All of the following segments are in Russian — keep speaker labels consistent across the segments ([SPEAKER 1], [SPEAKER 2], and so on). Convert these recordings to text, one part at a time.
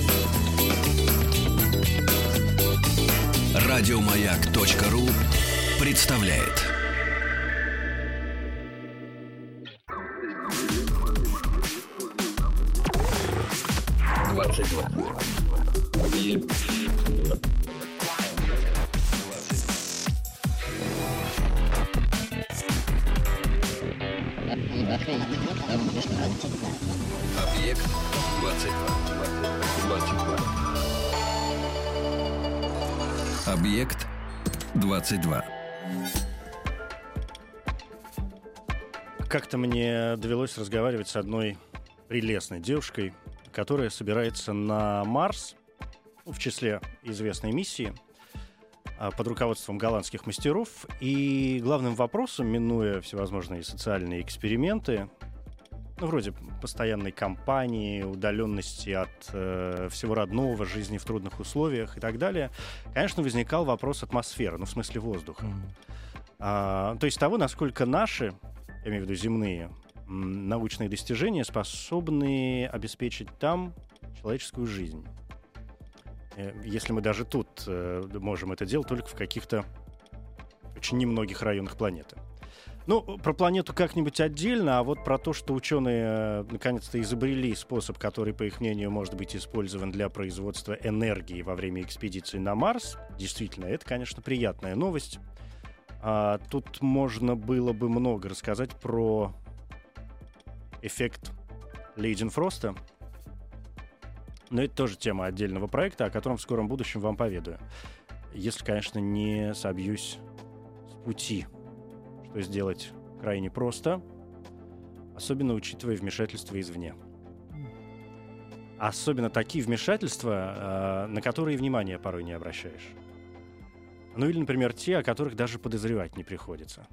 [SPEAKER 1] Радиомаяк.ру представляет. Объект 22. Объект 22.
[SPEAKER 2] Как-то мне довелось разговаривать с одной прелестной девушкой, которая собирается на Марс, в числе известной миссии, под руководством голландских мастеров. И главным вопросом, минуя всевозможные социальные эксперименты, вроде постоянной кампании, удаленности от всего родного, жизни в трудных условиях и так далее, конечно, возникал вопрос атмосферы, в смысле воздуха. То есть того, насколько наши, я имею в виду земные, научные достижения способны обеспечить там человеческую жизнь. Если мы даже тут можем это делать только в каких-то очень немногих районах планеты. Про планету как-нибудь отдельно, а вот про то, что ученые наконец-то изобрели способ, который, по их мнению, может быть использован для производства энергии во время экспедиции на Марс, действительно, это, конечно, приятная новость. Тут можно было бы много рассказать про эффект Лейденфроста, но это тоже тема отдельного проекта, о котором в скором будущем вам поведаю. Если, конечно, не собьюсь с пути. Что сделать крайне просто, особенно учитывая вмешательства извне. Особенно такие вмешательства, на которые внимания порой не обращаешь. Или, например, те, о которых даже подозревать не приходится.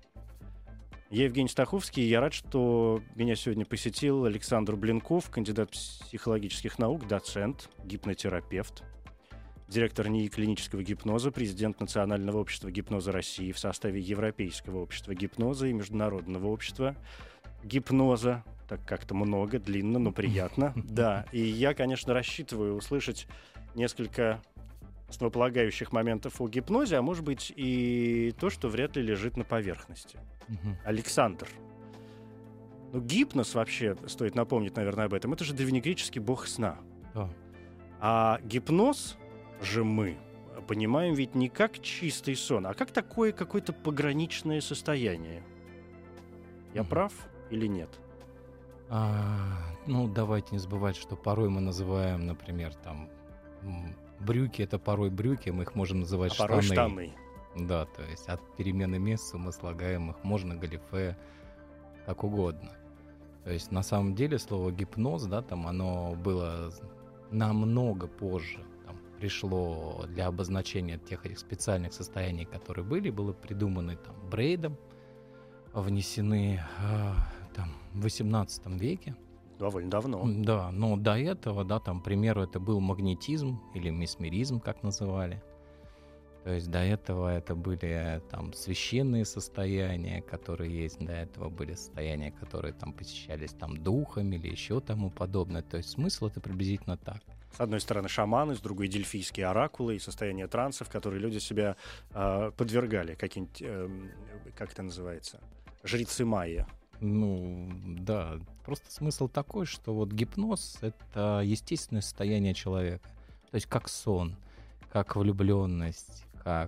[SPEAKER 2] Я Евгений Стаховский, и я рад, что меня сегодня посетил Александр Блинков, кандидат психологических наук, доцент, гипнотерапевт, директор НИИ клинического гипноза, президент Национального общества гипноза России в составе Европейского общества гипноза и Международного общества гипноза. Так как-то много, длинно, но приятно. Да, и я, конечно, рассчитываю услышать несколько основополагающих моментов о гипнозе, а может быть и то, что вряд ли лежит на поверхности. Александр. Гипноз вообще, стоит напомнить, наверное, об этом, это же древнегреческий бог сна. А гипноз же мы понимаем ведь не как чистый сон, а как такое какое-то пограничное состояние. Я прав или нет?
[SPEAKER 3] Давайте не забывать, что порой мы называем, например, брюки — это порой брюки, мы их можем называть штаны.
[SPEAKER 2] Порой штаны.
[SPEAKER 3] Да, то есть от перемены места мы слагаем их, можно галифе, как угодно. То есть на самом деле слово гипноз, оно было намного позже. Пришло для обозначения этих специальных состояний, которые было придуманы Брейдом, внесены в XVIII веке.
[SPEAKER 2] Довольно давно.
[SPEAKER 3] Да, но до этого, к примеру, это был магнетизм или месмеризм, как называли. То есть до этого это были священные состояния, которые есть, до этого были состояния, которые посещались духами или еще тому подобное. То есть смысл это приблизительно так.
[SPEAKER 2] С одной стороны шаманы, с другой дельфийские оракулы и состояние транса, в которые люди себя подвергали. Какие-нибудь, как это называется, жрецы майя.
[SPEAKER 3] Да, просто смысл такой, что гипноз — это естественное состояние человека. То есть как сон, как влюбленность, как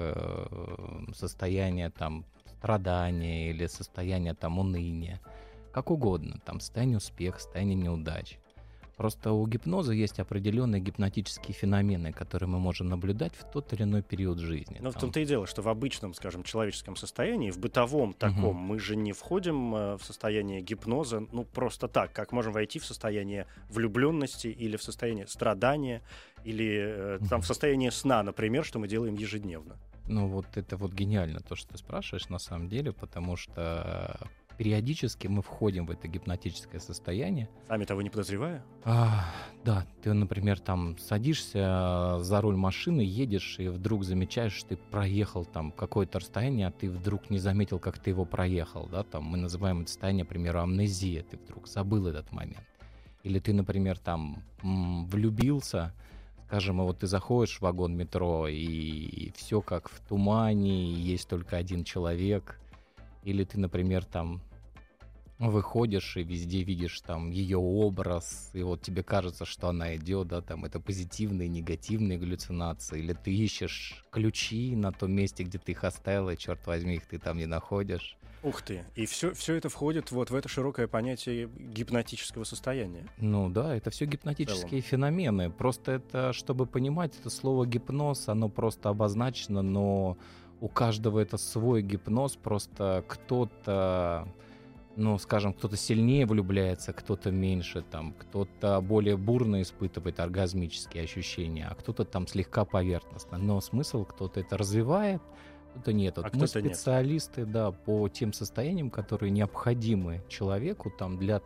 [SPEAKER 3] состояние страдания или состояние уныния, как угодно, состояние успеха, состояние неудач. Просто у гипноза есть определенные гипнотические феномены, которые мы можем наблюдать в тот или иной период жизни.
[SPEAKER 2] В том-то и дело, что в обычном, скажем, человеческом состоянии, в бытовом таком, мы же не входим в состояние гипноза, просто так, как можем войти в состояние влюбленности или в состояние страдания, или в состояние сна, например, что мы делаем ежедневно.
[SPEAKER 3] Это гениально, то, что ты спрашиваешь, на самом деле, потому что периодически мы входим в это гипнотическое состояние.
[SPEAKER 2] Сами того не подозревая?
[SPEAKER 3] Да, ты, например, садишься за руль машины, едешь, и вдруг замечаешь, что ты проехал какое-то расстояние, а ты вдруг не заметил, как ты его проехал. Мы называем это состояние, к примеру, амнезия. Ты вдруг забыл этот момент. Или ты, например, там влюбился, скажем, и вот ты заходишь в вагон метро, и все как в тумане, и есть только один человек. Или ты, например, там выходишь и везде видишь там ее образ, и вот тебе кажется, что она идет, да, там это позитивные, негативные галлюцинации. Или ты ищешь ключи на том месте, где ты их оставил, и, черт возьми, их ты там не находишь.
[SPEAKER 2] Ух ты. И все это входит вот в это широкое понятие гипнотического состояния.
[SPEAKER 3] Ну да, это все гипнотические феномены. Просто это, чтобы понимать, это слово гипноз, оно просто обозначено, но у каждого это свой гипноз, просто кто-то, ну, скажем, кто-то сильнее влюбляется, кто-то меньше, там, кто-то более бурно испытывает оргазмические ощущения, а кто-то там слегка поверхностно. Но смысл, кто-то это развивает, кто-то нет. Вот мы специалисты, да, по тем состояниям, которые необходимы человеку там, для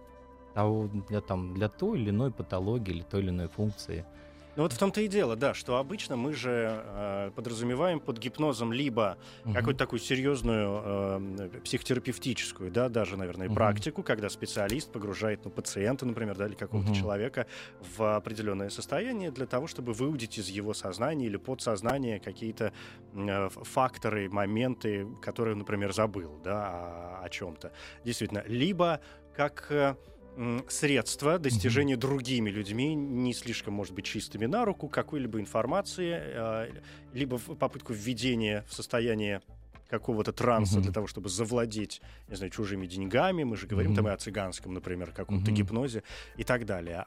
[SPEAKER 3] той или иной патологии или той или иной функции.
[SPEAKER 2] Ну вот в том-то и дело, да, что обычно мы же подразумеваем под гипнозом либо какую-то такую серьезную психотерапевтическую, да, даже, наверное, практику, когда специалист погружает пациента, например, да, или какого-то человека в определенное состояние для того, чтобы выудить из его сознания или подсознания какие-то факторы, моменты, которые, например, забыл, да, о чем-то. Действительно, либо как средства достижения другими людьми, не слишком, может быть, чистыми на руку, какой-либо информации, либо попытку введения в состояние какого-то транса для того, чтобы завладеть, не знаю, чужими деньгами. Мы же говорим там и о цыганском, например, каком-то гипнозе и так далее.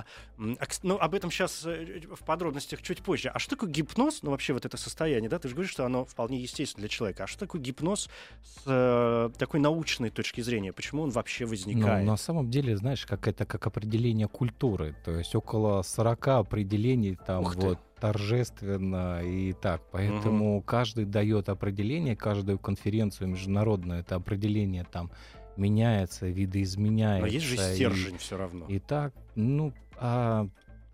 [SPEAKER 2] Ну, об этом сейчас в подробностях чуть позже. А что такое гипноз? Ну, вообще вот это состояние, да? Ты же говоришь, что оно вполне естественно для человека. А что такое гипноз с такой научной точки зрения? Почему он вообще возникает?
[SPEAKER 3] Ну, на самом деле, знаешь, это как определение культуры. То есть около 40 определений там вот торжественно и так. Поэтому каждый дает определение, каждую конференцию международную это определение там меняется, видоизменяется.
[SPEAKER 2] Но есть же стержень все равно.
[SPEAKER 3] И так, ну, а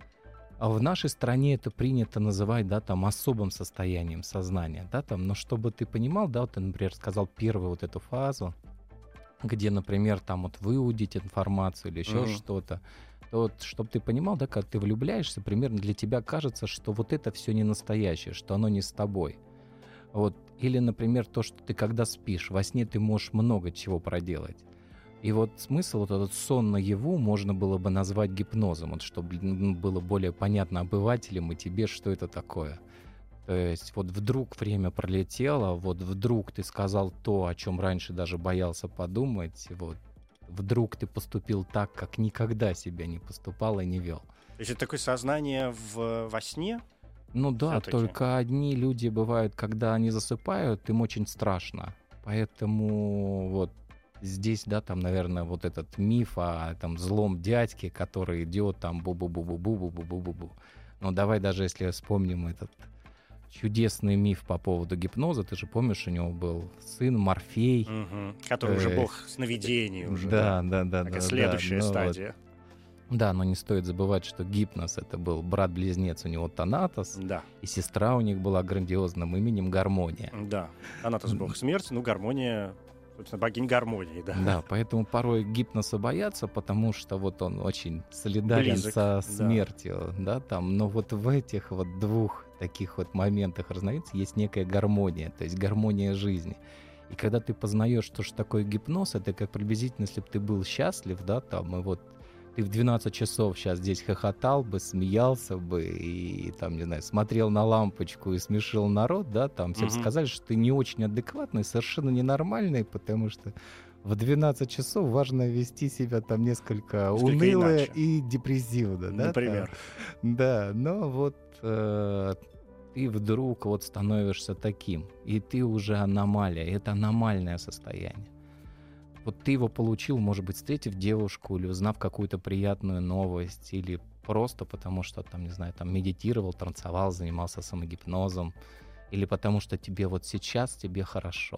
[SPEAKER 3] в нашей стране это принято называть, да, там, особым состоянием сознания, да, там, но чтобы ты понимал, да, вот ты, например, сказал первую вот эту фазу, где, например, там вот выудить информацию или еще что-то, то вот, чтобы ты понимал, да, когда ты влюбляешься, примерно для тебя кажется, что вот это все не настоящее, что оно не с тобой. Вот. Или, например, то, что ты когда спишь, во сне ты можешь много чего проделать. И вот смысл, вот этот сон наяву можно было бы назвать гипнозом, вот, чтобы было более понятно обывателям и тебе, что это такое. То есть вот вдруг время пролетело, вот вдруг ты сказал то, о чем раньше даже боялся подумать, вот. Вдруг ты поступил так, как никогда себя не поступал и не вел.
[SPEAKER 2] То есть это такое сознание во сне?
[SPEAKER 3] Ну да,
[SPEAKER 2] всё-таки.
[SPEAKER 3] только одни люди бывают, когда они засыпают, им очень страшно. Поэтому вот здесь, да, там, наверное, вот этот миф о там злом дядьке, который идет там бу-бу-бу-бу-бу-бу-бу-бу-бу. Ну давай даже если вспомним этот чудесный миф по поводу гипноза. Ты же помнишь, у него был сын Морфей.
[SPEAKER 2] Который уже бог сновидений уже.
[SPEAKER 3] Да.
[SPEAKER 2] Такая следующая стадия.
[SPEAKER 3] Вот. Да, но не стоит забывать, что гипноз — это был брат-близнец у него Танатос.
[SPEAKER 2] Да.
[SPEAKER 3] И сестра у них была грандиозным именем Гармония.
[SPEAKER 2] Да. Танатос — бог смерти, Гармония, собственно, богиня гармонии. Да.
[SPEAKER 3] Да, поэтому порой гипноза боятся, потому что вот он очень солидарен со смертью. Да, там. Но вот в этих вот двух таких вот моментах разновидностей есть некая гармония, то есть гармония жизни. И когда ты познаешь, что же такое гипноз, это как приблизительно, если бы ты был счастлив, да, там, и вот ты в 12 часов сейчас здесь хохотал бы, смеялся бы и там, не знаю, смотрел на лампочку и смешил народ, да, там, все сказали, что ты не очень адекватный, совершенно ненормальный, потому что в 12 часов важно вести себя там несколько уныло и депрессивно, да,
[SPEAKER 2] например.
[SPEAKER 3] Там. Да, но вот ты вдруг вот становишься таким, и ты уже аномалия, это аномальное состояние. Вот ты его получил, может быть, встретив девушку или узнав какую-то приятную новость, или просто потому что, там, не знаю, там медитировал, танцевал, занимался самогипнозом, или потому что тебе вот сейчас тебе хорошо.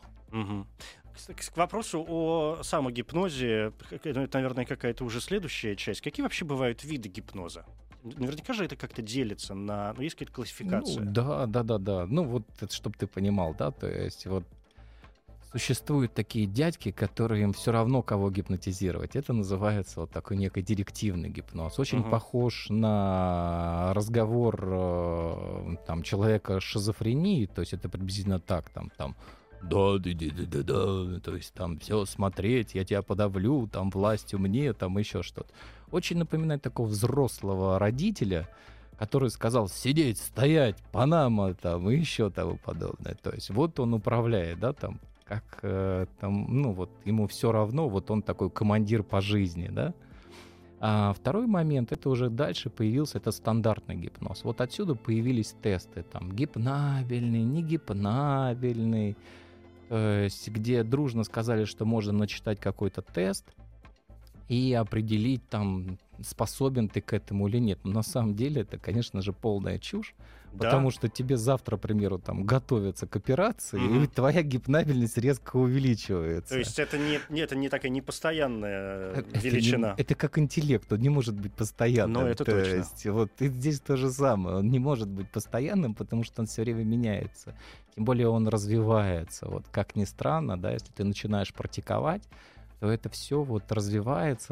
[SPEAKER 2] К вопросу о самогипнозе, это, наверное, какая-то уже следующая часть. Какие вообще бывают виды гипноза? Наверняка же это как-то делится на... Ну, есть какая-то классификация.
[SPEAKER 3] Ну, да. Ну, вот, чтобы ты понимал, да, то есть вот существуют такие дядьки, которые им все равно кого гипнотизировать. Это называется вот такой некий директивный гипноз. Очень похож на разговор там, человека с шизофренией, то есть это приблизительно так, там, да, то есть там все смотреть, я тебя подавлю, там властью мне, там еще что-то. Очень напоминает такого взрослого родителя, который сказал сидеть, стоять, Панама, там, и еще тому подобное. То есть вот он управляет, да, там, как там, ну вот ему все равно, вот он такой командир по жизни, да. А второй момент, это уже дальше появился, это стандартный гипноз. Вот отсюда появились тесты, там, гипнабельный, не гипнабельный, то есть где дружно сказали, что можно начитать какой-то тест и определить, там, способен ты к этому или нет. Но на самом деле это, конечно же, полная чушь, потому что тебе завтра, к примеру, там, готовятся к операции, и твоя гипнабельность резко увеличивается.
[SPEAKER 2] То есть это не такая непостоянная величина.
[SPEAKER 3] Это как интеллект, он не может быть постоянным.
[SPEAKER 2] Но это точно.
[SPEAKER 3] Есть, вот, и здесь то же самое. Он не может быть постоянным, потому что он все время меняется. Тем более он развивается. Вот, как ни странно, да, если ты начинаешь практиковать, то это все вот развивается.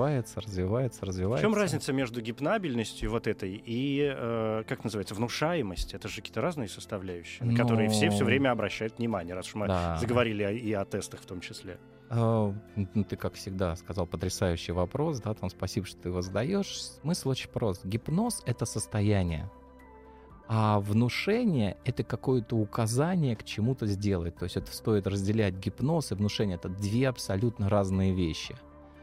[SPEAKER 3] В чем
[SPEAKER 2] разница между гипнабельностью вот этой и, как называется, внушаемость? Это же какие-то разные составляющие, на которые все время обращают внимание, раз уж мы заговорили и о тестах в том числе.
[SPEAKER 3] Ты, как всегда, сказал потрясающий вопрос, да, там, спасибо, что ты его задаешь. Смысл очень прост. Гипноз — это состояние. А внушение — это какое-то указание к чему-то сделать. То есть это стоит разделять гипноз и внушение. Это две абсолютно разные вещи.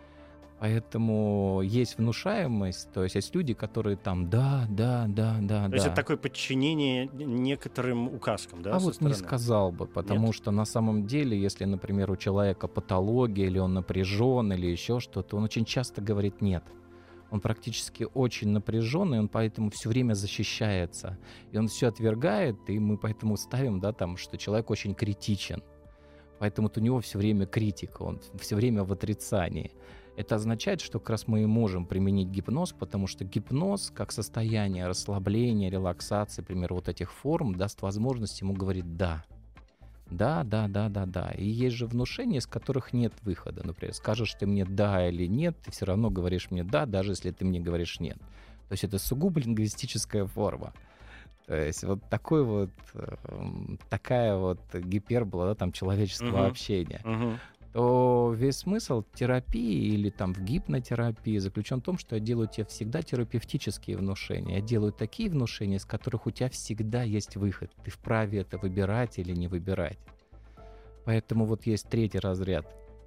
[SPEAKER 3] Поэтому есть внушаемость, то есть есть люди, которые там да. То
[SPEAKER 2] есть это такое подчинение некоторым указкам, да?
[SPEAKER 3] А вот не сказал бы, потому что на самом деле, если, например, у человека патология, или он напряжен, или еще что-то, он очень часто говорит «нет». Он практически очень напряженный, он поэтому все время защищается. И он все отвергает, и мы поэтому ставим, да, там, что человек очень критичен. Поэтому у него все время критика, он все время в отрицании. Это означает, что как раз мы и можем применить гипноз, потому что гипноз, как состояние расслабления, релаксации, например, вот этих форм, даст возможность ему говорить «да». Да. И есть же внушения, из которых нет выхода. Например, скажешь ты мне «да» или «нет», ты все равно говоришь мне «да», даже если ты мне говоришь «нет». То есть это сугубо лингвистическая форма. То есть вот такая вот гипербола, да, там, человеческого общения. То весь смысл терапии или там в гипнотерапии заключен в том, что я делаю тебе всегда терапевтические внушения. Я делаю такие внушения, из которых у тебя всегда есть выход. Ты вправе это выбирать или не выбирать. Поэтому вот есть третий разряд.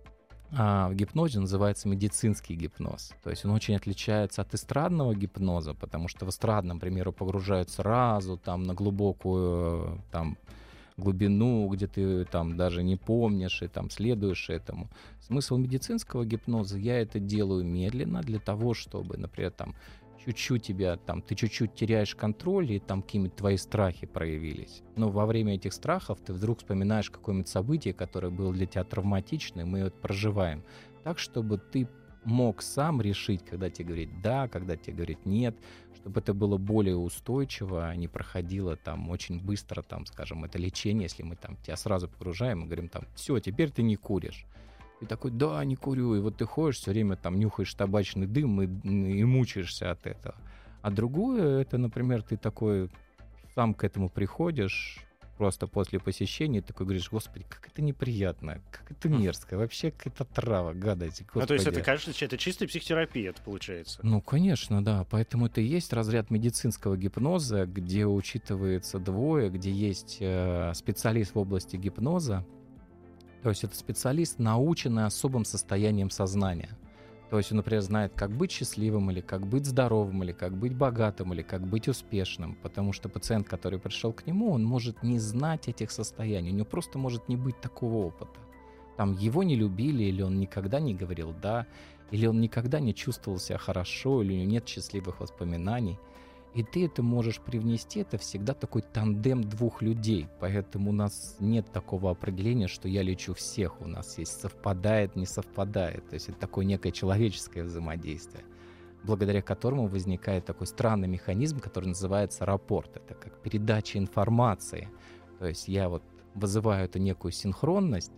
[SPEAKER 3] В гипнозе называется медицинский гипноз. То есть он очень отличается от эстрадного гипноза, потому что в эстрадном, к примеру, погружают сразу там, на глубокую там, глубину, где ты там даже не помнишь и там следуешь этому. Смысл медицинского гипноза: я это делаю медленно для того, чтобы, например, там чуть-чуть тебя там, ты чуть-чуть теряешь контроль, и там какие-нибудь твои страхи проявились. Но во время этих страхов ты вдруг вспоминаешь какое-нибудь событие, которое было для тебя травматичным, мы это проживаем так, чтобы ты мог сам решить, когда тебе говорить «да», когда тебе говорить «нет», чтобы это было более устойчиво, а не проходило там очень быстро, там, скажем, это лечение, если мы там тебя сразу погружаем и говорим там «все, теперь ты не куришь». И такой «да, не курю», и вот ты ходишь все время там нюхаешь табачный дым и мучаешься от этого. А другое, это, например, ты такой сам к этому приходишь, просто после посещения такой говоришь: «Господи, как это неприятно, как это мерзко, вообще какая-то трава, гадость, Господи».
[SPEAKER 2] То есть это, конечно, это чистая психотерапия, это получается?
[SPEAKER 3] Ну, конечно, да. Поэтому это и есть разряд медицинского гипноза, где учитывается двое, где есть специалист в области гипноза. То есть это специалист, наученный особым состоянием сознания. То есть он, например, знает, как быть счастливым, или как быть здоровым, или как быть богатым, или как быть успешным. Потому что пациент, который пришел к нему, он может не знать этих состояний. У него просто может не быть такого опыта. Там его не любили, или он никогда не говорил «да», или он никогда не чувствовал себя хорошо, или у него нет счастливых воспоминаний. И ты это можешь привнести, это всегда такой тандем двух людей. Поэтому у нас нет такого определения, что я лечу всех. У нас есть совпадает, не совпадает. То есть это такое некое человеческое взаимодействие, благодаря которому возникает такой странный механизм, который называется рапорт. Это как передача информации. То есть я вот вызываю эту некую синхронность,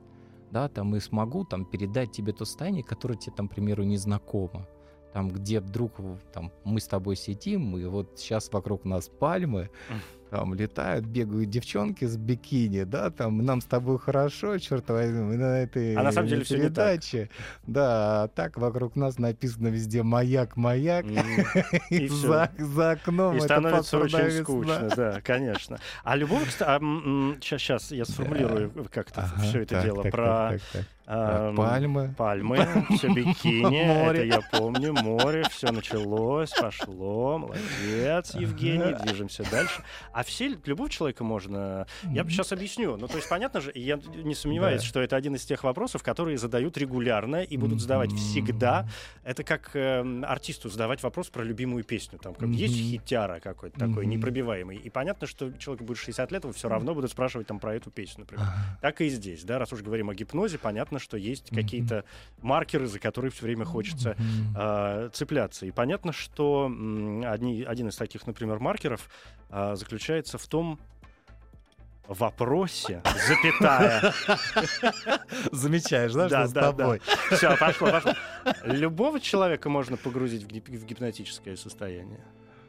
[SPEAKER 3] да, там, и смогу там передать тебе то состояние, которое тебе, там, к примеру, не знакомо. Там, где вдруг там, мы с тобой сидим, и вот сейчас вокруг нас пальмы, там летают, бегают девчонки с бикини, да, там нам с тобой хорошо, черт возьми, мы на этой
[SPEAKER 2] на самом деле
[SPEAKER 3] передаче. Да, а так вокруг нас написано везде «Маяк, маяк», и за окном
[SPEAKER 2] и
[SPEAKER 3] это
[SPEAKER 2] становится очень
[SPEAKER 3] пасмурная
[SPEAKER 2] скучно,
[SPEAKER 3] весна.
[SPEAKER 2] да, конечно. А любовь, сейчас я сформулирую как-то все это дело про
[SPEAKER 3] пальмы,
[SPEAKER 2] все бикини,
[SPEAKER 3] море.
[SPEAKER 2] это я помню, море, все началось, пошло, молодец, Евгений, движемся дальше. А любого человека можно... Я сейчас объясню. Ну, то есть, понятно же, я не сомневаюсь, что это один из тех вопросов, которые задают регулярно и будут задавать всегда. Это как артисту задавать вопрос про любимую песню. Там есть хитяра какой-то такой, непробиваемый. И понятно, что человеку будет 60 лет, его все равно будут спрашивать там про эту песню, например. Так и здесь, да, раз уж говорим о гипнозе, понятно, что есть какие-то маркеры, за которые все время хочется цепляться. И понятно, что один из таких, например, маркеров заключается в том вопросе, запятая.
[SPEAKER 3] Замечаешь, да, что с тобой?
[SPEAKER 2] Все, пошло. Любого человека можно погрузить в гипнотическое состояние.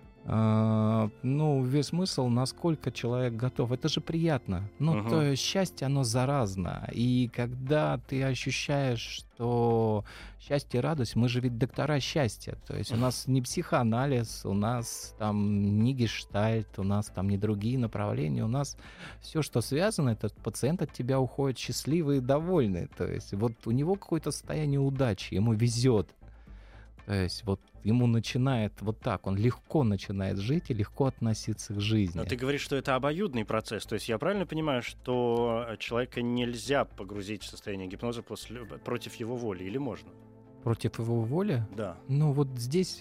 [SPEAKER 3] Ну, весь смысл, насколько человек готов. Это же приятно. Ну, то есть счастье, оно заразно. И когда ты ощущаешь, что счастье и радость, мы же ведь доктора счастья. То есть у нас не психоанализ, у нас там не гештальт, у нас там не другие направления. У нас все, что связано, этот пациент от тебя уходит счастливый и довольный. То есть вот у него какое-то состояние удачи, ему везет. То есть вот ему начинает вот так, он легко начинает жить и легко относиться к жизни.
[SPEAKER 2] Но ты говоришь, что это обоюдный процесс. То есть я правильно понимаю, что человека нельзя погрузить в состояние гипноза против его воли, или можно?
[SPEAKER 3] Против его воли?
[SPEAKER 2] Да.
[SPEAKER 3] Ну вот здесь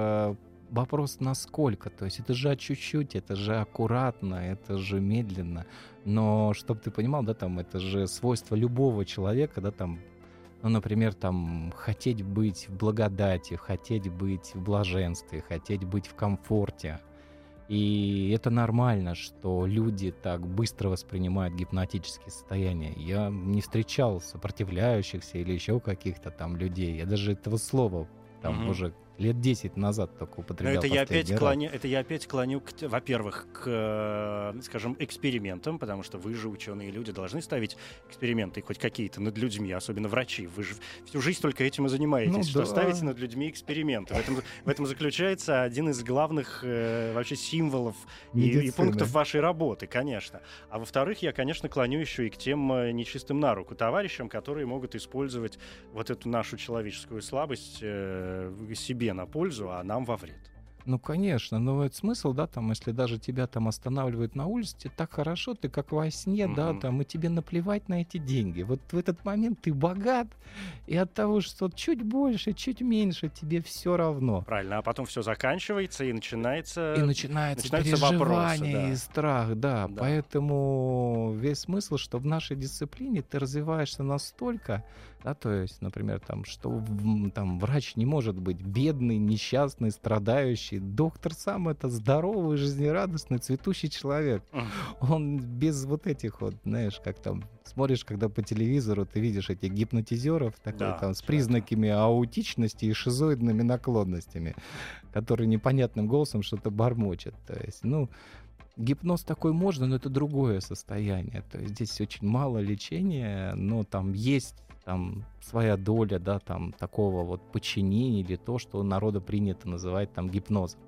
[SPEAKER 3] вопрос насколько. То есть это же чуть-чуть, это же аккуратно, это же медленно. Но чтобы ты понимал, да, там это же свойство любого человека, да, там. Ну, например, там, хотеть быть в благодати, хотеть быть в блаженстве, хотеть быть в комфорте. И это нормально, что люди так быстро воспринимают гипнотические состояния. Я не встречал сопротивляющихся или еще каких-то там людей. Я даже этого слова там уже лет 10 назад только употреблял.
[SPEAKER 2] Это я опять клоню, во-первых, к, скажем, экспериментам, потому что вы же, ученые люди, должны ставить эксперименты хоть какие-то над людьми, особенно врачи. Вы же всю жизнь только этим и занимаетесь, что ставите над людьми эксперименты. В этом заключается один из главных вообще символов и пунктов вашей работы, конечно. А во-вторых, я, конечно, клоню еще и к тем нечистым на руку товарищам, которые могут использовать вот эту нашу человеческую слабость себе на пользу, а нам во вред.
[SPEAKER 3] Ну, конечно, но это смысл, да, там, если даже тебя там останавливают на улице, тебе так хорошо, ты как во сне, да, там, и тебе наплевать на эти деньги. Вот в этот момент ты богат, и от того, что чуть больше, чуть меньше, тебе все равно.
[SPEAKER 2] Правильно, а потом все заканчивается, и начинается
[SPEAKER 3] переживание
[SPEAKER 2] вопросы, да.
[SPEAKER 3] И страх, да. Поэтому весь смысл, что в нашей дисциплине ты развиваешься настолько, да, то есть, например, там, что там врач не может быть бедный, несчастный, страдающий. Доктор сам это здоровый, жизнерадостный, цветущий человек. Он без вот этих вот, знаешь, как там, смотришь, когда по телевизору ты видишь этих гипнотизеров, такой, там, с признаками аутичности и шизоидными наклонностями, которые непонятным голосом что-то бормочет. То есть, ну, гипноз такой можно, но это другое состояние. То есть здесь очень мало лечения, но там есть там своя доля, да, там такого вот подчинения или то, что народу принято называть там гипнозом.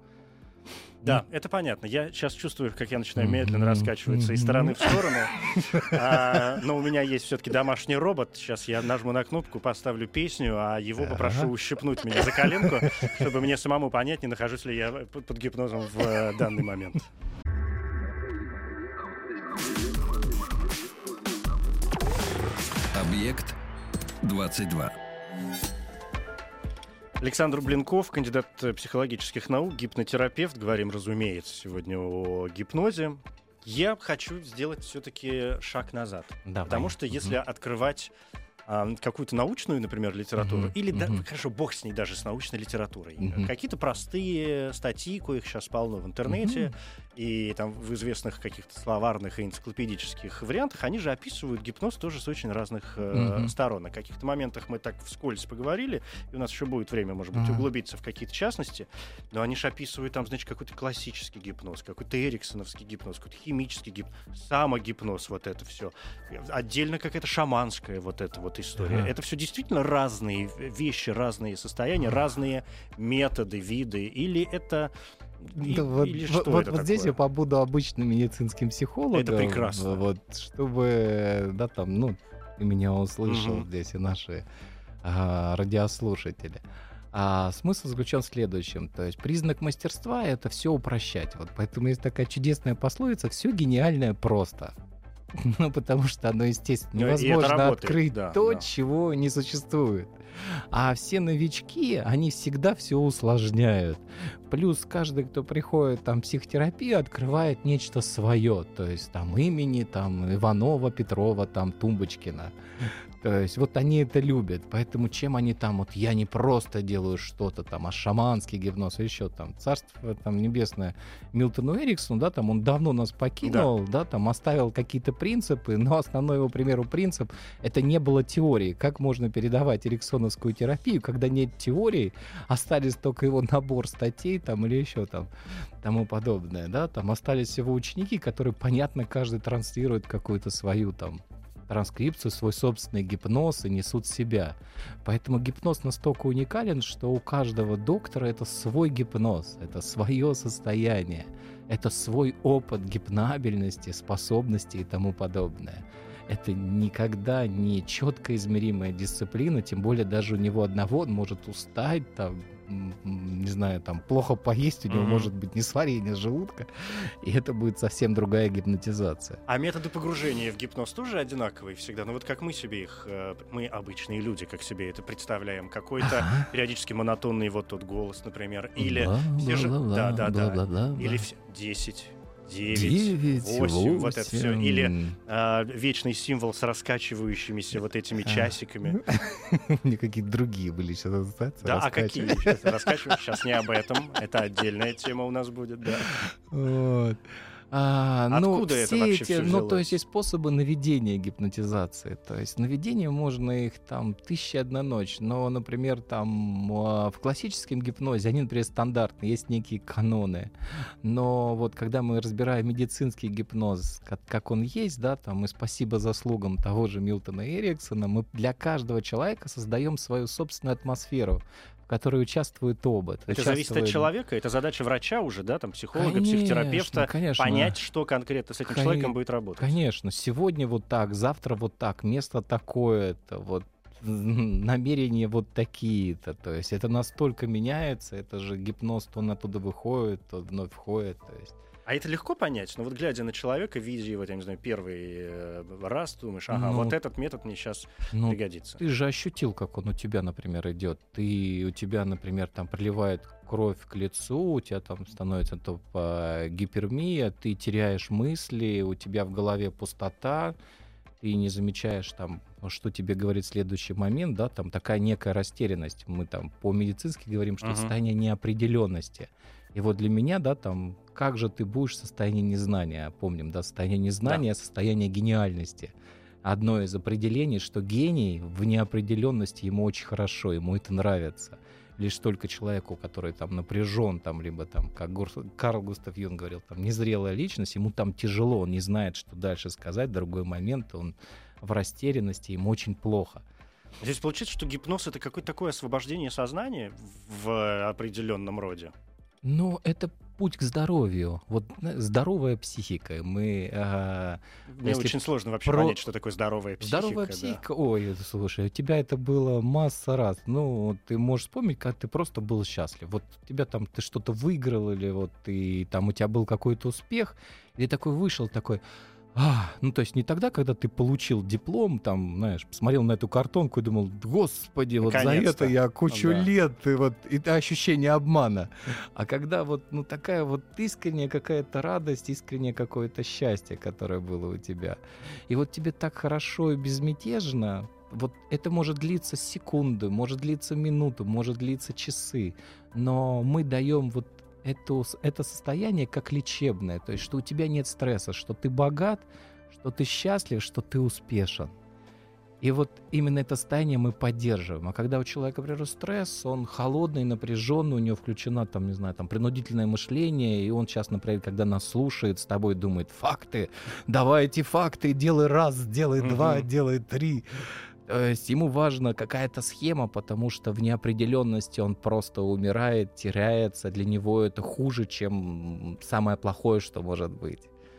[SPEAKER 2] Да, это понятно. Я сейчас чувствую, как я начинаю медленно раскачиваться из стороны в сторону. Но у меня есть все-таки домашний робот. Сейчас я нажму на кнопку, поставлю песню, а его попрошу ущипнуть меня за коленку, чтобы мне самому понять, не нахожусь ли я под гипнозом в данный момент.
[SPEAKER 1] Объект 22.
[SPEAKER 2] Александр Блинков, кандидат психологических наук, гипнотерапевт. Говорим, разумеется, сегодня о гипнозе. Я хочу сделать все-таки шаг назад. Давай. Потому что если открывать какую-то научную, например, литературу, или, хорошо, бог с ней даже, с научной литературой, какие-то простые статьи, коих сейчас полно в интернете, и там в известных каких-то словарных и энциклопедических вариантах, они же описывают гипноз тоже с очень разных сторон. На каких-то моментах мы так вскользь поговорили, и у нас еще будет время, может быть, углубиться в какие-то частности, но они же описывают там, значит, какой-то классический гипноз, какой-то эриксоновский гипноз, какой-то химический гипноз, самогипноз, вот это все. Отдельно какая-то шаманская вот эта вот история. Это все действительно разные вещи, разные состояния, разные методы, виды, или это...
[SPEAKER 3] Или вот здесь я побуду обычным медицинским психологом.
[SPEAKER 2] Это прекрасно.
[SPEAKER 3] Вот, чтобы, да, там, ну, ты меня услышал здесь и наши радиослушатели. Смысл заключен в следующем. То есть признак мастерства — это все упрощать. Вот поэтому есть такая чудесная пословица: все гениальное просто. Ну, потому что оно, естественно, невозможно открыть то, чего не существует. А все новички, они всегда все усложняют. Плюс каждый, кто приходит там в психотерапию, открывает нечто свое. То есть там имени, там Иванова, Петрова, там Тумбочкина. То есть вот они это любят. Поэтому чем они там, вот я не просто делаю что-то там, а шаманский гипноз, или еще там, царство там небесное Милтону Эриксону, да, там он давно нас покинул, да, там оставил какие-то принципы, но основной его, к примеру, принцип — это не было теории. Как можно передавать эриксоновскую терапию, когда нет теории, остались только его набор статей там или еще там тому подобное, да, там остались его ученики, которые, понятно, каждый транслирует какую-то свою там транскрипцию, свой собственный гипноз и несут себя. Поэтому гипноз настолько уникален, что у каждого доктора это свой гипноз, это свое состояние, это свой опыт гипнабельности, способностей и тому подобное. Это никогда не четко измеримая дисциплина, тем более даже у него одного он может устать, там, не знаю, там, плохо поесть, у него может быть несварение желудка, и это будет совсем другая гипнотизация.
[SPEAKER 2] А методы погружения в гипноз тоже одинаковые всегда? Ну вот как мы себе их, мы обычные люди, как себе это представляем, какой-то периодически монотонный вот тот голос, например, или все же... Да-да-да. Или 10... 9, 8, вот это все. Или вечный символ с раскачивающимися вот этими часиками.
[SPEAKER 3] Мне какие-то другие были сейчас ассоциации.
[SPEAKER 2] Да, а какие? Раскачивающие? Сейчас не об этом. Это отдельная тема у нас будет, да.
[SPEAKER 3] Вот.
[SPEAKER 2] Откуда это вообще все взялось?
[SPEAKER 3] То есть есть способы наведения гипнотизации. То есть наведение можно их там 1001 ночь, но, например, там в классическом гипнозе они, например, стандартные, есть некие каноны. Но вот когда мы разбираем медицинский гипноз, как он есть, да, там, и спасибо заслугам того же Милтона Эриксона, мы для каждого человека создаем свою собственную атмосферу, в которой участвует оба.
[SPEAKER 2] Это зависит от человека? Это задача врача уже, да, там, психолога, психотерапевта, понять, что конкретно с этим человеком будет работать?
[SPEAKER 3] Конечно. Сегодня вот так, завтра вот так, место такое-то, вот намерения вот такие-то. То есть это настолько меняется, это же гипноз, то он оттуда выходит, то вновь входит. То есть.
[SPEAKER 2] А это легко понять? Ну вот глядя на человека, видя его, я не знаю, первый раз, думаешь, вот этот метод мне сейчас пригодится.
[SPEAKER 3] Ты же ощутил, как он у тебя, например, идет. У тебя, например, там приливает кровь к лицу, у тебя там становится гипермия, ты теряешь мысли, у тебя в голове пустота, ты не замечаешь там, что тебе говорит следующий момент, да, там такая некая растерянность. Мы там по-медицински говорим, что состояние неопределенности. И вот для меня, да, там, как же ты будешь в состоянии незнания? Помним, да, состояние незнания, состояние гениальности. Одно из определений, что гений в неопределенности ему очень хорошо, ему это нравится. Лишь только человеку, который там напряжен, там, либо там, как Карл Густав Юнг говорил, там, незрелая личность, ему там тяжело, он не знает, что дальше сказать, в другой момент он в растерянности, ему очень плохо.
[SPEAKER 2] Здесь получается, что гипноз — это какое-то такое освобождение сознания в определенном роде?
[SPEAKER 3] Ну, это путь к здоровью. Вот здоровая психика.
[SPEAKER 2] Мне очень сложно вообще понять, что такое здоровая психика.
[SPEAKER 3] Здоровая психика? Ой, слушай, у тебя это было масса раз. Ну, ты можешь вспомнить, как ты просто был счастлив. Вот у тебя там, ты что-то выиграл, или вот ты, там у тебя был какой-то успех, или такой вышел, такой... ну, то есть не тогда, когда ты получил диплом, там, знаешь, посмотрел на эту картонку и думал, господи, вот за это я кучу лет, и вот это ощущение обмана. А когда вот, ну, такая вот искренняя какая-то радость, искреннее какое-то счастье, которое было у тебя. И вот тебе так хорошо и безмятежно, вот это может длиться секунды, может длиться минуту, может длиться часы, но мы даем вот это состояние как лечебное, то есть что у тебя нет стресса, что ты богат, что ты счастлив, что ты успешен. И вот именно это состояние мы поддерживаем. А когда у человека, например, стресс, он холодный, напряженный, у него включено, там, не знаю, там, принудительное мышление, и он сейчас, например, когда нас слушает, с тобой думает: факты, давай эти факты, делай раз, делай два, делай три. То есть ему важна какая-то схема, потому что в неопределенности он просто умирает, теряется. Для него это хуже, чем самое плохое, что может быть.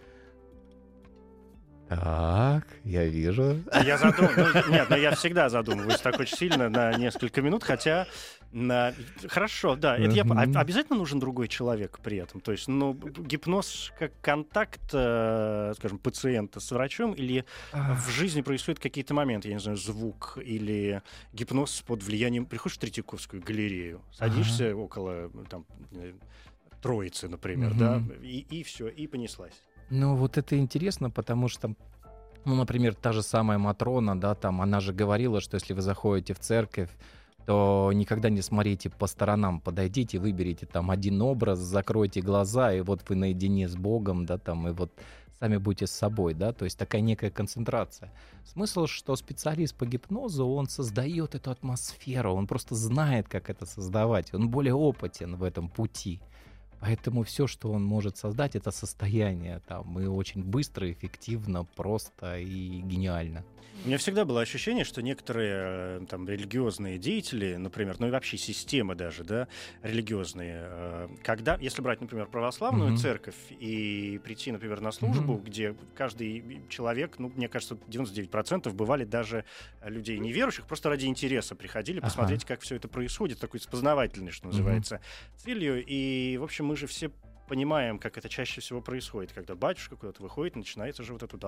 [SPEAKER 3] Так, я вижу.
[SPEAKER 2] Я Нет, но я всегда задумываюсь так очень сильно на несколько минут, хотя... Хорошо, да. Обязательно нужен другой человек при этом? То есть, гипноз как контакт, скажем, пациента с врачом, или в жизни происходят какие-то моменты, я не знаю, звук, или гипноз под влиянием... Приходишь в Третьяковскую галерею, садишься около там, Троицы, например, да, и все, и понеслась.
[SPEAKER 3] Ну, вот это интересно, потому что, например, та же самая Матрона, да, там, она же говорила, что если вы заходите в церковь, то никогда не смотрите по сторонам, подойдите, выберите там один образ, закройте глаза, и вот вы наедине с Богом, да, там, и вот сами будьте с собой, да, то есть такая некая концентрация. Смысл, что специалист по гипнозу, он создает эту атмосферу, он просто знает, как это создавать, он более опытен в этом пути. Поэтому все, что он может создать, это состояние там, и очень быстро, эффективно, просто и гениально.
[SPEAKER 2] У меня всегда было ощущение, что некоторые там религиозные деятели, например, ну и вообще системы даже, да, религиозные, когда, если брать, например, православную церковь и прийти, например, на службу, где каждый человек, ну, мне кажется, 99% бывали даже людей неверующих, просто ради интереса приходили посмотреть, как все это происходит, такой познавательный, что называется, целью. И, в общем, мы же все понимаем, как это чаще всего происходит, когда батюшка куда-то выходит, начинается же вот это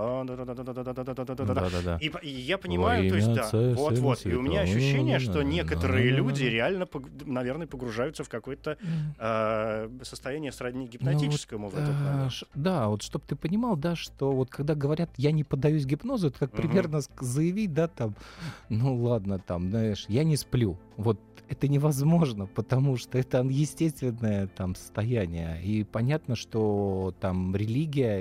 [SPEAKER 2] да. И я понимаю, то есть, да, вот. И у меня ощущение, что некоторые люди реально, наверное, погружаются в какое-то состояние сродни гипнотическому в этот момент.
[SPEAKER 3] Да, вот чтобы ты понимал, да, что вот когда говорят, я не поддаюсь гипнозу, это как примерно заявить, да, там, ну ладно, там, знаешь, я не сплю. Вот это невозможно, потому что это естественное там состояние. И понятно, что там религия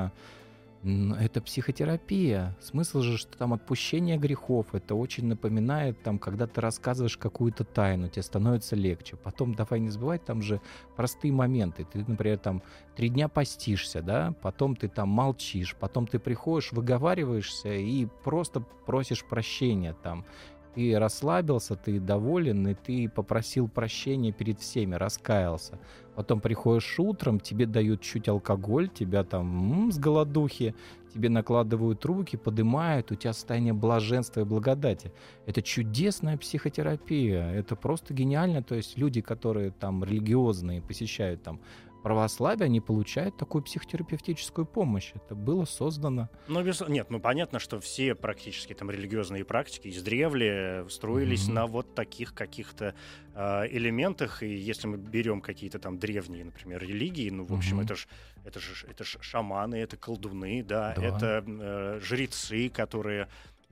[SPEAKER 3] это психотерапия. Смысл же, что там отпущение грехов. Это очень напоминает, там, когда ты рассказываешь какую-то тайну, тебе становится легче. Потом, давай не забывать, там же простые моменты. Ты, например, там 3 дня постишься, да, потом ты там молчишь, потом ты приходишь, выговариваешься и просто просишь прощения там. Ты расслабился, ты доволен, и ты попросил прощения перед всеми, раскаялся. Потом приходишь утром, тебе дают чуть алкоголь, тебя там с голодухи, тебе накладывают руки, поднимают, у тебя состояние блаженства и благодати. Это чудесная психотерапия, это просто гениально. То есть люди, которые там религиозные, посещают там православие, они получают такую психотерапевтическую помощь. Это было создано.
[SPEAKER 2] Понятно, что все практически там религиозные практики издревле строились на вот таких каких-то элементах. И если мы берем какие-то там древние, например, религии, ну, в общем, это ж шаманы, это колдуны, да. Это жрецы, которые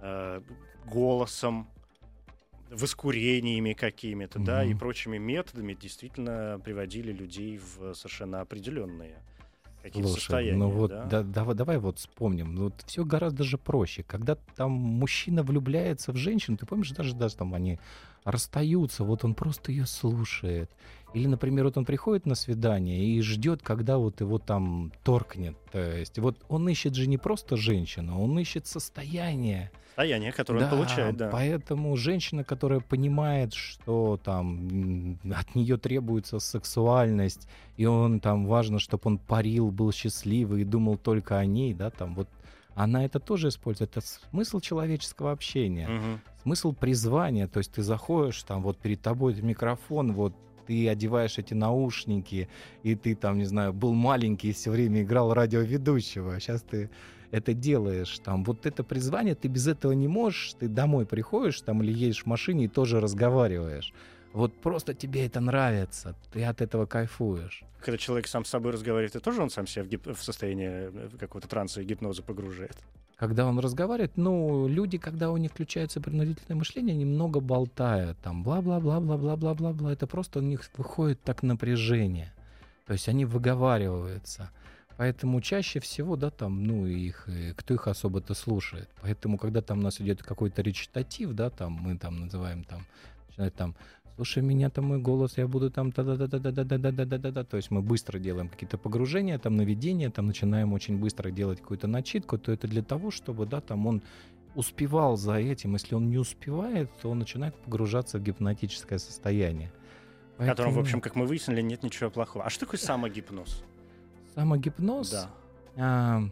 [SPEAKER 2] голосом, воскурениями какими-то, да, и прочими методами действительно приводили людей в совершенно определенные какие-то состояния.
[SPEAKER 3] Ну вот, давай вот вспомним. Вот все гораздо же проще. Когда там мужчина влюбляется в женщину, ты помнишь, даже там они расстаются, вот он просто ее слушает. Или, например, вот он приходит на свидание и ждет, когда вот его там торкнет. То есть вот он ищет же не просто женщину, он ищет состояние.
[SPEAKER 2] Состояние, которое он получает, да.
[SPEAKER 3] Поэтому женщина, которая понимает, что там от нее требуется сексуальность, и он там важно, чтобы он парил, был счастливый и думал только о ней, да, там вот она это тоже использует. Это смысл человеческого общения, смысл призвания. То есть ты заходишь, там вот перед тобой микрофон, вот ты одеваешь эти наушники, и ты там, не знаю, был маленький и все время играл радиоведущего, а сейчас ты это делаешь. Там, вот это призвание, ты без этого не можешь, ты домой приходишь там, или едешь в машине и тоже разговариваешь. Вот просто тебе это нравится, ты от этого кайфуешь.
[SPEAKER 2] Когда человек сам с собой разговаривает, и тоже он сам себя в состояние какого-то транса и гипноза погружает?
[SPEAKER 3] Когда он разговаривает, люди, когда у них включается принудительное мышление, они много болтают, там, бла-бла-бла-бла-бла-бла-бла-бла, это просто у них выходит так напряжение. То есть они выговариваются. Поэтому чаще всего, да, там, кто их особо-то слушает. Поэтому, когда там у нас идет какой-то речитатив, да, там, мы там называем там, начинает там, слушай меня, там мой голос, я буду там да-да-да-да-да-да-да-да-да-да. То есть мы быстро делаем какие-то погружения, там, наведения, там, начинаем очень быстро делать какую-то начитку, то это для того, чтобы, да, там, он успевал за этим. Если он не успевает, то он начинает погружаться в гипнотическое состояние.
[SPEAKER 2] В котором, в общем, как мы выяснили, нет ничего плохого. А что такое самогипноз?
[SPEAKER 3] Самогипноз?
[SPEAKER 2] Да.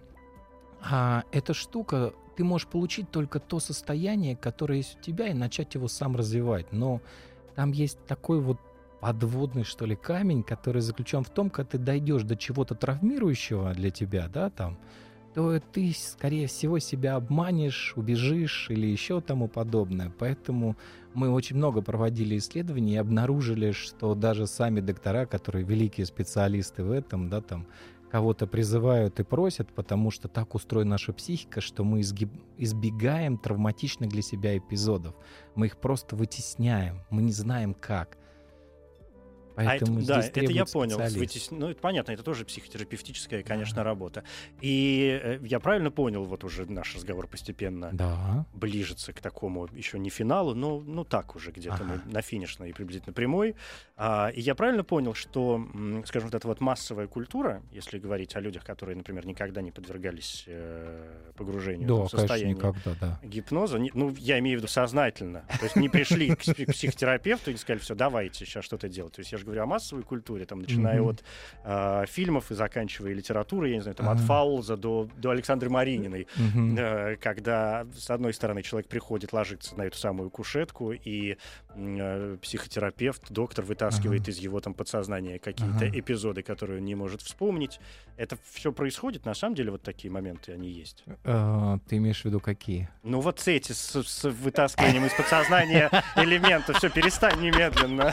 [SPEAKER 3] Эта штука, ты можешь получить только то состояние, которое есть у тебя, и начать его сам развивать. Но там есть такой вот подводный, что ли, камень, который заключен в том, когда ты дойдешь до чего-то травмирующего для тебя, да, там, то ты, скорее всего, себя обманешь, убежишь или еще тому подобное. Поэтому мы очень много проводили исследований и обнаружили, что даже сами доктора, которые великие специалисты в этом, да, там, кого-то призывают и просят, потому что так устроена наша психика, что мы избегаем травматичных для себя эпизодов. Мы их просто вытесняем, мы не знаем как. Поэтому
[SPEAKER 2] это я понял. Ну, это понятно, это тоже психотерапевтическая, конечно, работа. И я правильно понял, вот уже наш разговор постепенно ближется к такому еще не финалу, но так уже где-то мы на финишной и приблизительно прямой. И я правильно понял, что, скажем, вот эта вот массовая культура, если говорить о людях, которые, например, никогда не подвергались погружению в состояние гипноза, я имею в виду сознательно, то есть не пришли к психотерапевту и не сказали, все, давайте сейчас что-то делать. То есть я же говорю о массовой культуре, там, начиная от фильмов и заканчивая литературой, я не знаю, там, от Фаулза до Александры Марининой, когда, с одной стороны, человек приходит, ложится на эту самую кушетку, и психотерапевт, доктор вытаскивает из его там подсознания какие-то эпизоды, которые он не может вспомнить. Это все происходит, на самом деле, вот такие моменты, они есть.
[SPEAKER 3] Ты имеешь в виду какие?
[SPEAKER 2] Ну, вот эти с вытаскиванием из подсознания элементов. Все, перестань немедленно.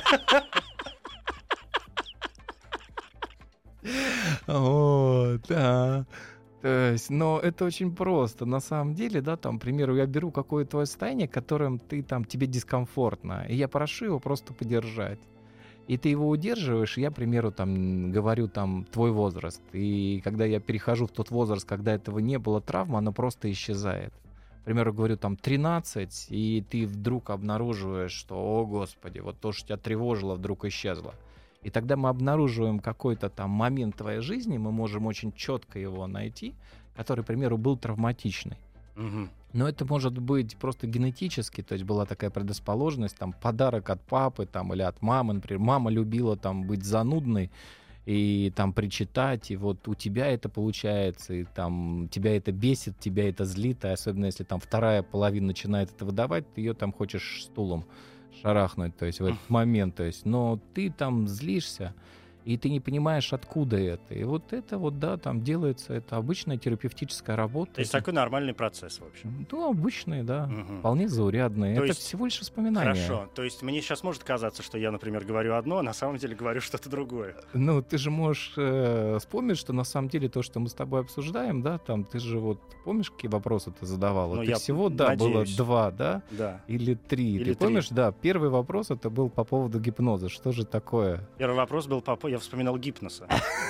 [SPEAKER 3] То есть, но это очень просто. На самом деле, да, там, к примеру, я беру какое-то твое состояние, которым тебе дискомфортно, и я прошу его просто подержать. И ты его удерживаешь, и я, к примеру, там, говорю, там, твой возраст. И когда я перехожу в тот возраст, когда этого не было травмы, она просто исчезает. К примеру, говорю, там, 13, и ты вдруг обнаруживаешь, что, о, Господи, вот то, что тебя тревожило, вдруг исчезло. И тогда мы обнаруживаем какой-то там момент твоей жизни, мы можем очень четко его найти, который, к примеру, был травматичный. Но это может быть просто генетически, то есть была такая предрасположенность, там, подарок от папы там, или от мамы, например. Мама любила там, быть занудной и там причитать, и вот у тебя это получается, и там тебя это бесит, тебя это злит, а особенно если там вторая половина начинает это выдавать, ты ее там хочешь стулом шарахнуть, то есть в этот момент, то есть, но ты там злишься, и ты не понимаешь, откуда это. И вот это вот, да, там делается, это обычная терапевтическая работа.
[SPEAKER 2] То есть такой нормальный процесс, в общем.
[SPEAKER 3] Ну, обычный, да, вполне заурядный. Это всего лишь воспоминания.
[SPEAKER 2] Хорошо, то есть мне сейчас может казаться, что я, например, говорю одно, а на самом деле говорю что-то другое.
[SPEAKER 3] Ну, ты же можешь вспомнить, что на самом деле то, что мы с тобой обсуждаем, да, там, ты же вот помнишь, какие вопросы ты задавал? Ну, всего, да, было 2, да?
[SPEAKER 2] Да.
[SPEAKER 3] Или 3. Ты помнишь, да, первый вопрос это был по поводу гипноза. Что же такое?
[SPEAKER 2] Первый вопрос был я вспоминал гипноса,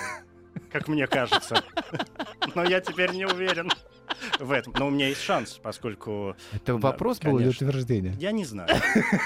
[SPEAKER 2] как мне кажется. Но я теперь не уверен в этом. Но у меня есть шанс, поскольку...
[SPEAKER 3] Это вопрос был или утверждение?
[SPEAKER 2] Я не знаю.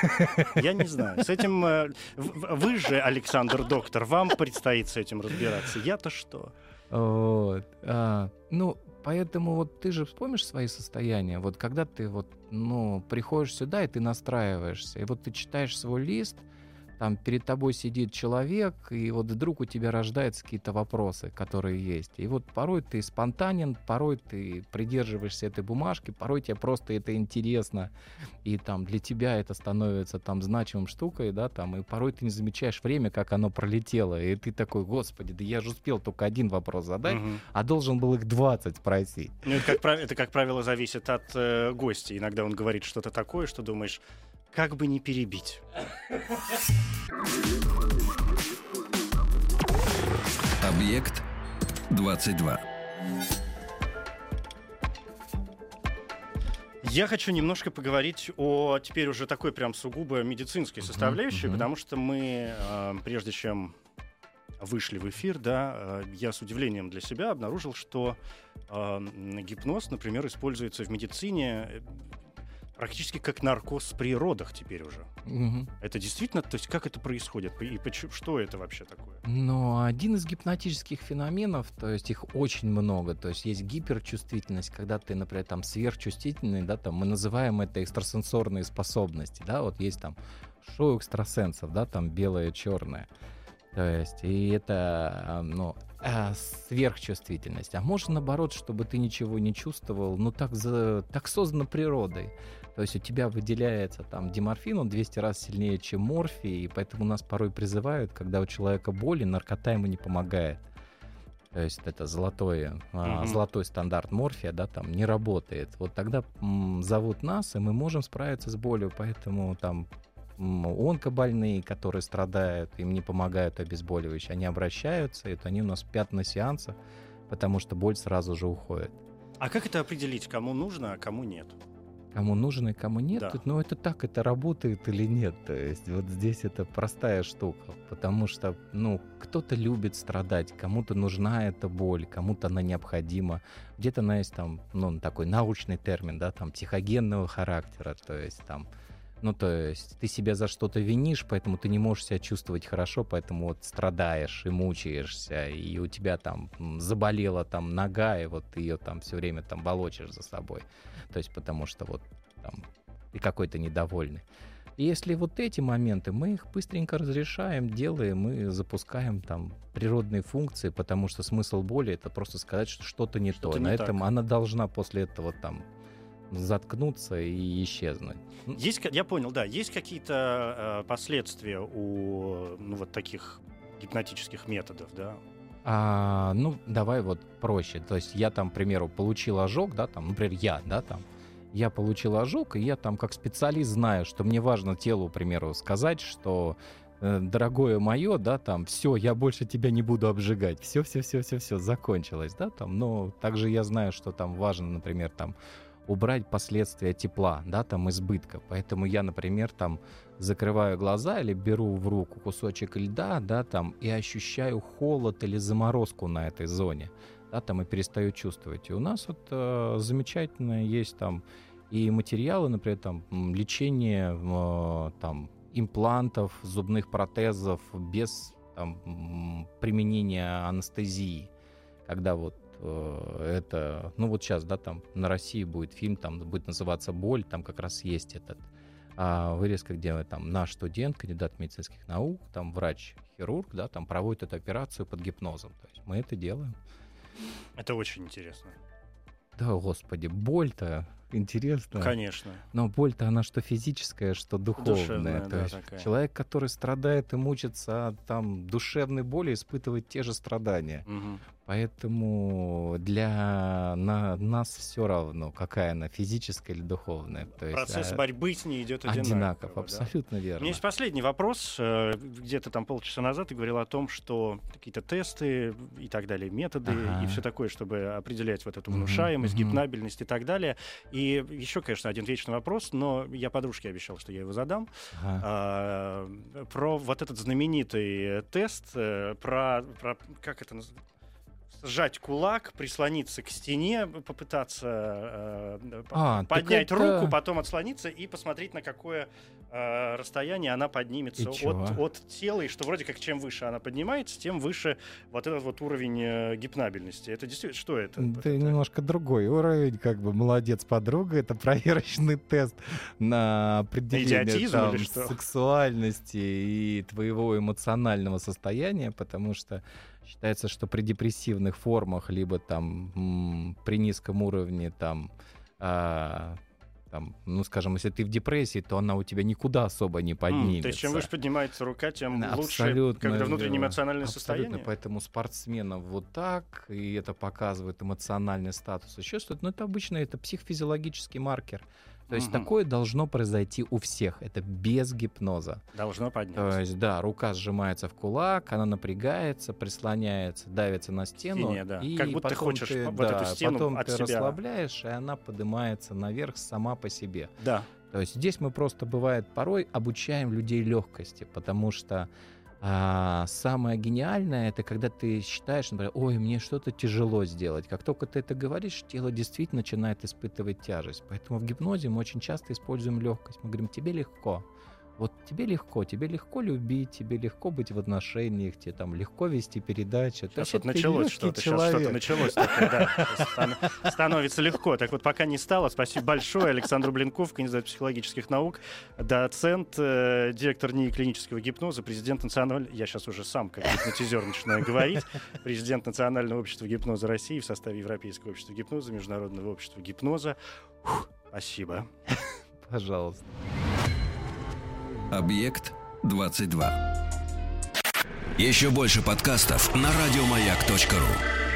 [SPEAKER 2] Я не знаю. С этим... Вы же, Александр Доктор, вам предстоит с этим разбираться. Я-то что?
[SPEAKER 3] Вот. Ну, поэтому вот ты же вспомнишь свои состояния. Вот когда ты вот, приходишь сюда, и ты настраиваешься, и вот ты читаешь свой лист, там перед тобой сидит человек, и вот вдруг у тебя рождаются какие-то вопросы, которые есть. И вот порой ты спонтанен, порой ты придерживаешься этой бумажки, порой тебе просто это интересно, и там для тебя это становится там значимым штукой, да, там, и порой ты не замечаешь время, как оно пролетело, и ты такой, Господи, да я же успел только один вопрос задать, а должен был их 20 спросить.
[SPEAKER 2] Ну, это, как правило, зависит от гостя. Иногда он говорит что-то такое, что думаешь, как бы не перебить.
[SPEAKER 1] Объект 22.
[SPEAKER 2] Я хочу немножко поговорить о теперь уже такой прям сугубо медицинской составляющей, потому что мы, прежде чем вышли в эфир, да, я с удивлением для себя обнаружил, что гипноз, например, используется в медицине практически как наркоз при родах теперь уже.
[SPEAKER 3] Мгм.
[SPEAKER 2] Это действительно, то есть как это происходит? И что это вообще такое?
[SPEAKER 3] Но один из гипнотических феноменов, то есть их очень много, то есть есть гиперчувствительность, когда ты, например, там сверхчувствительный, да, там мы называем это экстрасенсорные способности, да, вот есть там шоу экстрасенсов, да, там белое, черное, то есть и это, сверхчувствительность, а может наоборот, чтобы ты ничего не чувствовал, ну так создано природой. То есть у тебя выделяется там диморфин, он 200 раз сильнее, чем морфий, и поэтому нас порой призывают, когда у человека боли, наркота ему не помогает. То есть это золотой стандарт морфия, да, там не работает. Вот тогда зовут нас, и мы можем справиться с болью, поэтому там онкобольные, которые страдают, им не помогают обезболивающие, они обращаются, и вот они у нас спят на сеансах, потому что боль сразу же уходит.
[SPEAKER 2] А как это определить, кому нужно, а кому нет?
[SPEAKER 3] Кому нужно и кому нет,
[SPEAKER 2] Да.
[SPEAKER 3] ну это так, это работает или нет. То есть вот здесь это простая штука, потому что, кто-то любит страдать, кому-то нужна эта боль, кому-то она необходима. Где-то она есть там, такой научный термин, да, там психогенного характера, то есть там, то есть ты себя за что-то винишь, поэтому ты не можешь себя чувствовать хорошо, поэтому вот страдаешь и мучаешься, и у тебя там заболела там нога, и вот ты ее там все время там волочишь за собой. То есть потому что вот там ты какой-то недовольный. И если вот эти моменты, мы их быстренько разрешаем, делаем и запускаем там природные функции, потому что смысл боли — это просто сказать, что что-то не то. На этом она должна после этого там заткнуться и исчезнуть.
[SPEAKER 2] Я понял, да. Есть какие-то последствия у вот таких гипнотических методов, да?
[SPEAKER 3] Давай вот проще. То есть я там, к примеру, получил ожог, да, там, например, я получил ожог, и я там как специалист знаю, что мне важно телу, к примеру, сказать, что дорогое мое, да, там, все, я больше тебя не буду обжигать, все, закончилось, да, там, но также я знаю, что там важно, например, там, убрать последствия тепла, да, там, избытка. Поэтому я, например, там, закрываю глаза или беру в руку кусочек льда, да, там, и ощущаю холод или заморозку на этой зоне, да, там, и перестаю чувствовать. И у нас вот замечательно есть там и материалы, например, там, лечение там, имплантов, зубных протезов без там, применения анестезии, когда вот это, вот сейчас, да, там на России будет фильм, там будет называться «Боль», там как раз есть этот вырезка, где там наш студент, кандидат медицинских наук, там врач-хирург, да, там проводит эту операцию под гипнозом. То есть мы это делаем.
[SPEAKER 2] Это очень интересно.
[SPEAKER 3] Да, господи, боль-то интересно.
[SPEAKER 2] Конечно.
[SPEAKER 3] Но боль-то она что физическая, что духовная.
[SPEAKER 2] Душевная,
[SPEAKER 3] То
[SPEAKER 2] да,
[SPEAKER 3] есть
[SPEAKER 2] такая.
[SPEAKER 3] человек, который страдает и мучится от там душевной боли, испытывает те же страдания.
[SPEAKER 2] Угу.
[SPEAKER 3] Поэтому для нас все равно, какая она, физическая или духовная. То есть,
[SPEAKER 2] Процесс борьбы с ней идет
[SPEAKER 3] одинаков,
[SPEAKER 2] да?
[SPEAKER 3] абсолютно
[SPEAKER 2] У
[SPEAKER 3] верно.
[SPEAKER 2] меня есть последний вопрос. Где-то там полчаса назад ты говорил о том, что какие-то тесты и так далее, методы и все такое, чтобы определять вот эту внушаемость, гипнабельность и так далее. И еще, конечно, один вечный вопрос, но я подружке обещал, что я его задам. Про вот этот знаменитый тест, про как это называется? Сжать кулак, прислониться к стене, попытаться поднять руку, потом отслониться и посмотреть, на какое расстояние она поднимется от тела, и что вроде как чем выше она поднимается, тем выше вот этот вот уровень гипнабельности. Это действительно, что это?
[SPEAKER 3] Это немножко другой уровень, как бы молодец, подруга, это проверочный тест на определение там, сексуальности и твоего эмоционального состояния, потому что считается, что при депрессивных формах, либо там при низком уровне, скажем, если ты в депрессии, то она у тебя никуда особо не поднимется.
[SPEAKER 2] То есть чем выше поднимается рука, тем лучше, когда внутреннее эмоциональное состояние?
[SPEAKER 3] Поэтому спортсменам вот так, и это показывает эмоциональный статус. Еще что-то, это обычно это психофизиологический маркер. То есть такое должно произойти у всех. Это без гипноза.
[SPEAKER 2] Должно подняться.
[SPEAKER 3] То есть, да, рука сжимается в кулак, она напрягается, прислоняется, давится на стену.
[SPEAKER 2] Стене, да.
[SPEAKER 3] И
[SPEAKER 2] как будто ты хочешь вот эту стену
[SPEAKER 3] потом
[SPEAKER 2] от
[SPEAKER 3] ты
[SPEAKER 2] себя.
[SPEAKER 3] расслабляешь, и она поднимается наверх сама по себе.
[SPEAKER 2] Да.
[SPEAKER 3] То есть здесь мы просто, бывает, порой обучаем людей легкости, потому что Самое гениальное — это когда ты считаешь, например, ой, мне что-то тяжело сделать. Как только ты это говоришь, тело действительно начинает испытывать тяжесть. Поэтому в гипнозе мы очень часто используем легкость. Мы говорим, тебе легко. Вот тебе легко любить, тебе легко быть в отношениях, тебе там легко вести передачи.
[SPEAKER 2] Сейчас вот началось что-то, становится легко. Так вот, пока не стало, спасибо большое Александру Блинкову, кандидат психологических наук, доцент, директор НИИ клинического гипноза, президент национального, я сейчас уже сам как гипнотизер начинаю говорить, президент Национального общества гипноза России в составе Европейского общества гипноза, Международного общества гипноза. Спасибо.
[SPEAKER 3] Пожалуйста.
[SPEAKER 1] Объект 22. Еще больше подкастов на радиомаяк.ру.